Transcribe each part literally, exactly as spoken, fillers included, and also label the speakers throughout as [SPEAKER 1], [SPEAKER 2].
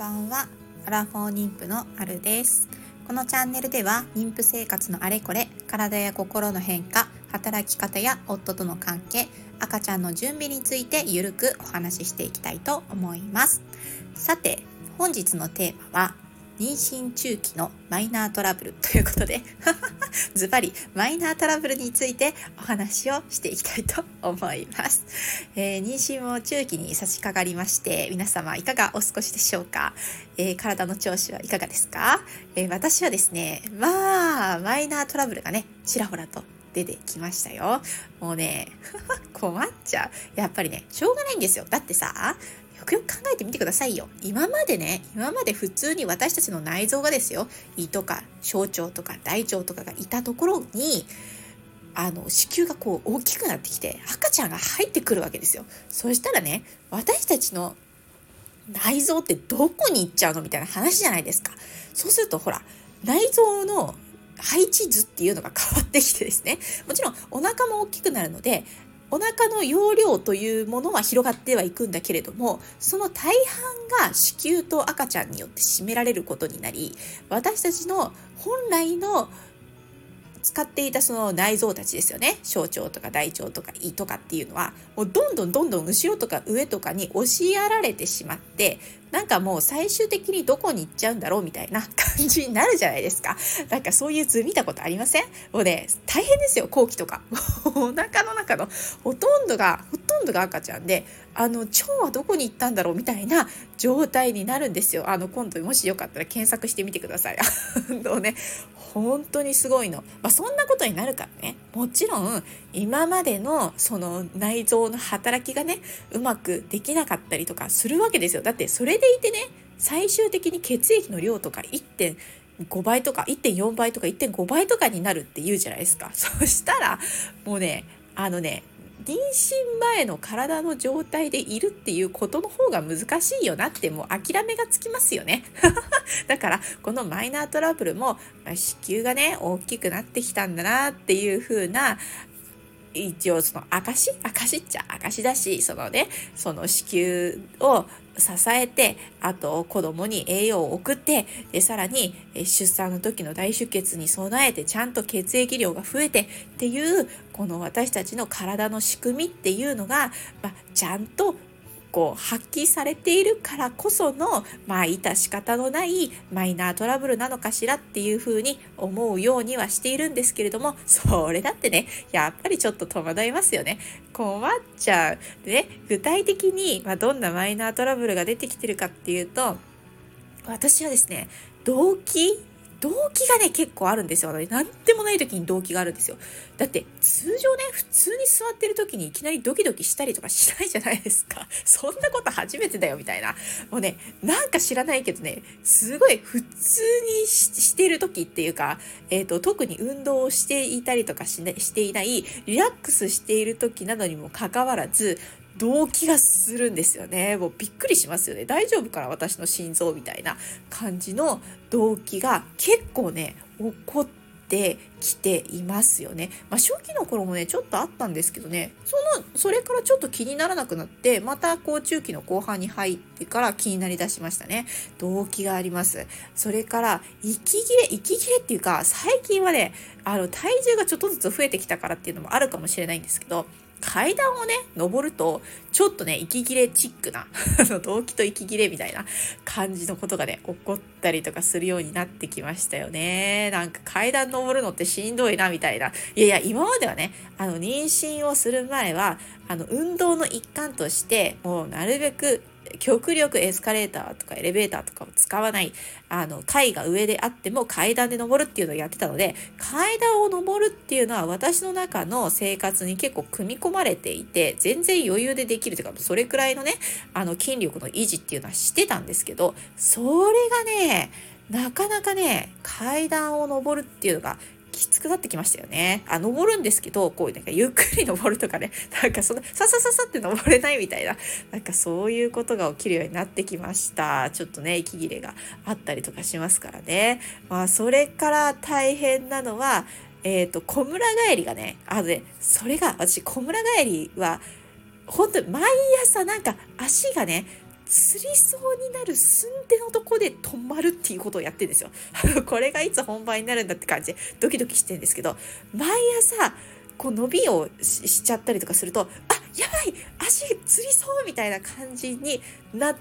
[SPEAKER 1] ばんは。アラフォー妊婦のあるです。このチャンネルでは妊婦生活のあれこれ、体や心の変化、働き方や夫との関係、赤ちゃんの準備についてゆるくお話ししていきたいと思います。さて、本日のテーマは妊娠中期のマイナートラブルということでズバリマイナートラブルについてお話をしていきたいと思います、えー、妊娠も中期に差し掛かりまして、皆様いかがお過ごしでしょうか。えー、体の調子はいかがですか。えー、私はですね、まあマイナートラブルがねちらほらと出てきましたよ。もうね困っちゃう。やっぱりねしょうがないんですよ。だってさ、よくよく考えてみてくださいよ。今までね、今まで普通に私たちの内臓がですよ、胃とか小腸とか大腸とかがいたところに、あの子宮がこう大きくなってきて赤ちゃんが入ってくるわけですよ。そしたらね、私たちの内臓ってどこに行っちゃうのみたいな話じゃないですか。そうするとほら、内臓の配置図っていうのが変わってきてですね、もちろんお腹も大きくなるので、お腹の容量というものは広がってはいくんだけれども、その大半が子宮と赤ちゃんによって占められることになり、私たちの本来の使っていたその内臓たちですよね、小腸とか大腸とか胃とかっていうのはもうどんどんどんどん後ろとか上とかに押しやられてしまって、なんかもう最終的にどこに行っちゃうんだろうみたいな感じになるじゃないですか。なんかそういう図見たことありません？もうね大変ですよ。後期とかお腹の中のほとんどがほとんどが赤ちゃんで、あの腸はどこに行ったんだろうみたいな状態になるんですよ。あの今度もしよかったら検索してみてください。あのね本当にすごいの。まあ、そんなことになるからね、もちろん今までのその内臓の働きがねうまくできなかったりとかするわけですよ。だってそれでいてね、最終的に血液の量とかいってんごばいとか いってんよんばいとか いってんごばいとかになるって言うじゃないですか。そしたらもうね、あのね妊娠前の体の状態でいるっていうことの方が難しいよなって、もう諦めがつきますよねだからこのマイナートラブルも、まあ、子宮がね大きくなってきたんだなっていう風な、一応その証証っちゃ証だし、そのねその子宮を支えて、あと子供に栄養を送って、でさらに出産の時の大出血に備えてちゃんと血液量が増えてっていう、この私たちの体の仕組みっていうのが、まあ、ちゃんとこう発揮されているからこその、まあ致し方のないマイナートラブルなのかしらっていうふうに思うようにはしているんですけれども、それだってねやっぱりちょっと戸惑いますよね。困っちゃう。でね、具体的に、まあ、どんなマイナートラブルが出てきてるかっていうと、私はですね、動機動機がね結構あるんですよ。なんでもない時に動機があるんですよ。だって通常ね、普通に座ってる時にいきなりドキドキしたりとかしないじゃないですか。そんなこと初めてだよみたいな。もうね、なんか知らないけどね、すごい普通に し, している時っていうか、えーと、特に運動をしていたりとかし,、ね、していないリラックスしている時などにもかかわらず動悸がするんですよね。もうびっくりしますよね。大丈夫かな私の心臓みたいな感じの動悸が結構ね起こってきていますよね。まあ、初期の頃もねちょっとあったんですけどね、そのそれからちょっと気にならなくなって、またこう中期の後半に入ってから気になりだしましたね。動悸があります。それから息切れ息切れっていうか、最近はねあの体重がちょっとずつ増えてきたからっていうのもあるかもしれないんですけど、階段をね登るとちょっとね息切れチックな動悸と息切れみたいな感じのことがね起こったりとかするようになってきましたよね。なんか階段登るのってしんどいなみたいな。いやいや、今まではねあの妊娠をする前はあの運動の一環としてもうなるべく極力エスカレーターとかエレベーターとかを使わない、あの階が上であっても階段で登るっていうのをやってたので、階段を登るっていうのは私の中の生活に結構組み込まれていて、全然余裕でできるというか、それくらいのねあの筋力の維持っていうのはしてたんですけど、それがねなかなかね階段を登るっていうのがきつくなってきましたよね。あ、登るんですけど、こうなんかゆっくり登るとかね、なんかそのささささって登れないみたいな、なんかそういうことが起きるようになってきました。ちょっとね息切れがあったりとかしますからね。まあそれから大変なのは、えっと小村帰りがね、あのね、それが私小村帰りは本当に毎朝なんか足がね釣りそうになる寸手のとこで止まるっていうことをやってるんですよこれがいつ本番になるんだって感じでドキドキしてるんですけど、毎朝こう伸びを し, しちゃったりとかすると、あ、やばい、足つりそうみたいな感じになって、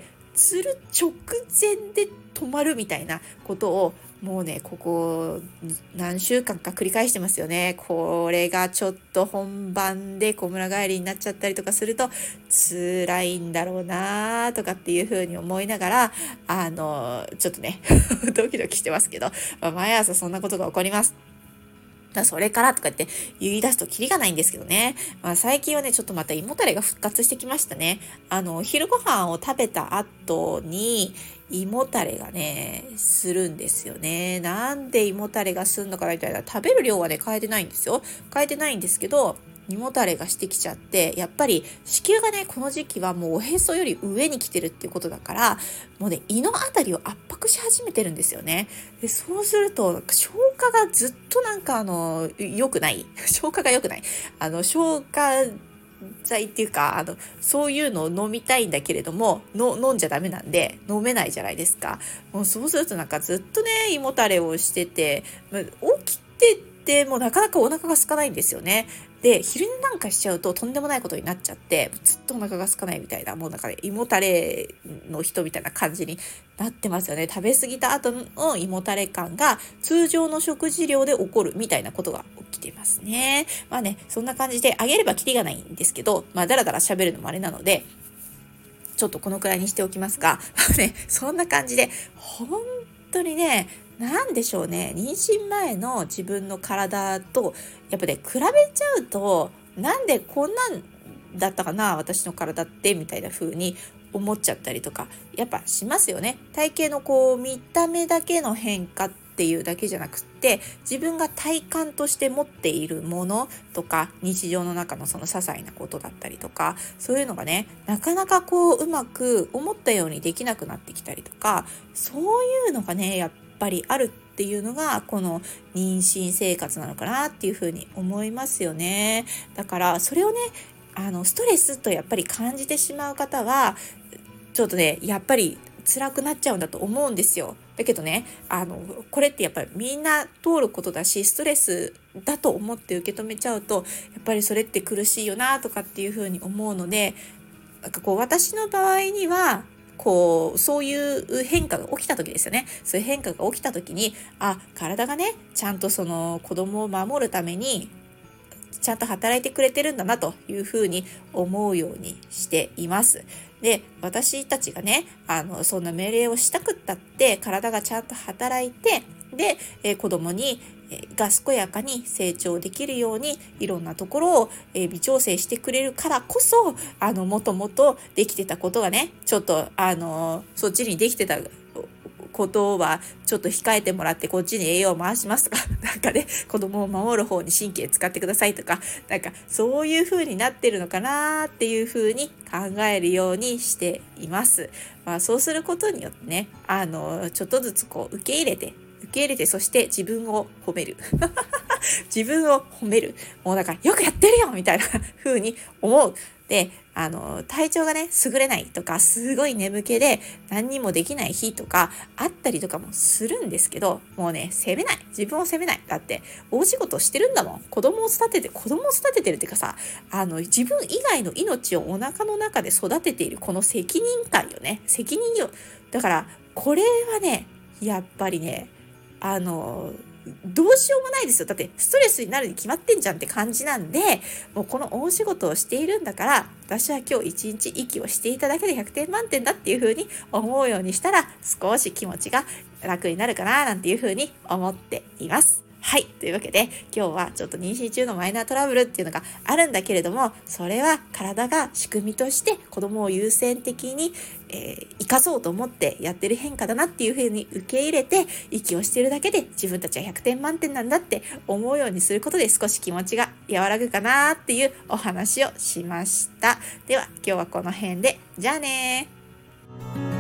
[SPEAKER 1] つる直前で止まるみたいなことをもうね、ここ何週間か繰り返してますよね。これがちょっと本番で小村帰りになっちゃったりとかすると辛いんだろうなとかっていう風に思いながら、あのちょっとねドキドキしてますけど、まあ、毎朝そんなことが起こります。だそれからとか言って言い出すとキリがないんですけどね。まあ、最近はね、ちょっとまた胃もたれが復活してきましたね。あの、昼ご飯を食べた後に胃もたれがね、するんですよね。なんで胃もたれがするのかなみたいな。食べる量はね、変えてないんですよ。変えてないんですけど、胃もたれがしてきちゃって、やっぱり子宮がね、この時期はもうおへそより上に来てるっていうことだから、もうね、胃のあたりを圧迫し始めてるんですよね。でそうすると消化がずっとなんかあの良くない消化が良くないあの消化剤っていうか、あのそういうのを飲みたいんだけれどもの飲んじゃダメなんで飲めないじゃないですか。もうそうするとなんかずっとね胃もたれをしてて、起きててもなかなかお腹が空かないんですよね。で昼寝なんかしちゃうととんでもないことになっちゃって、ずっとお腹が空かないみたいな、もうなんかね胃もたれの人みたいな感じになってますよね。食べ過ぎた後の胃もたれ感が通常の食事量で起こるみたいなことが起きてますね。まあね、そんな感じであげればキリがないんですけど、まあだらだら喋るのもあれなのでちょっとこのくらいにしておきますがね、そんな感じで本当にね、なんでしょうね、妊娠前の自分の体とやっぱね比べちゃうと、なんでこんなんだったかな私の体ってみたいな風に思っちゃったりとかやっぱしますよね。体型のこう見た目だけの変化っていうだけじゃなくって、自分が体感として持っているものとか日常の中のその些細なことだったりとか、そういうのがねなかなかこううまく思ったようにできなくなってきたりとか、そういうのがねやっぱりあるっていうのがこの妊娠生活なのかなっていうふうに思いますよね。だからそれをねあのストレスとやっぱり感じてしまう方はちょっとねやっぱり辛くなっちゃうんだと思うんですよ。だけどね、あのこれってやっぱりみんな通ることだし、ストレスだと思って受け止めちゃうとやっぱりそれって苦しいよなとかっていうふうに思うので、なんかこう私の場合にはこうそういう変化が起きた時ですよね。そういう変化が起きた時に、あ、体がねちゃんとその子供を守るためにちゃんと働いてくれてるんだなというふうに思うようにしています。で、私たちがね、あのそんな命令をしたくったって体がちゃんと働いて、で、えー、子供にが健やかに成長できるようにいろんなところを、えー、微調整してくれるからこそ、あのもともとできてたことがねちょっとあのそっちにできてたことはちょっと控えてもらってこっちに栄養を回しますとか、なんかね子供を守る方に神経使ってくださいとか、なんかそういう風になってるのかなっていう風に考えるようにしています。まあそうすることによってね、あのちょっとずつこう受け入れて受け入れてそして自分を褒める自分を褒める、もうだからよくやってるよみたいな風に思う。で、あの体調がね優れないとかすごい眠気で何にもできない日とかあったりとかもするんですけど、もうね責めない、自分を責めない。だって大仕事してるんだもん。子供を育てて子供を育ててるっていうかさ、あの自分以外の命をお腹の中で育てているこの責任感よね、責任よ。だからこれはねやっぱりねあのどうしようもないですよ。だってストレスになるに決まってんじゃんって感じなんで、もうこの大仕事をしているんだから私は今日一日息をしていただけでひゃくてん満点だっていう風に思うようにしたら少し気持ちが楽になるかななんていう風に思っています。はい。というわけで今日はちょっと妊娠中のマイナートラブルっていうのがあるんだけれども、それは体が仕組みとして子供を優先的に、えー、生かそうと思ってやってる変化だなっていうふうに受け入れて息をしてるだけで自分たちはひゃくてん満点なんだって思うようにすることで少し気持ちが和らぐかなっていうお話をしました。では今日はこの辺で、じゃあねー。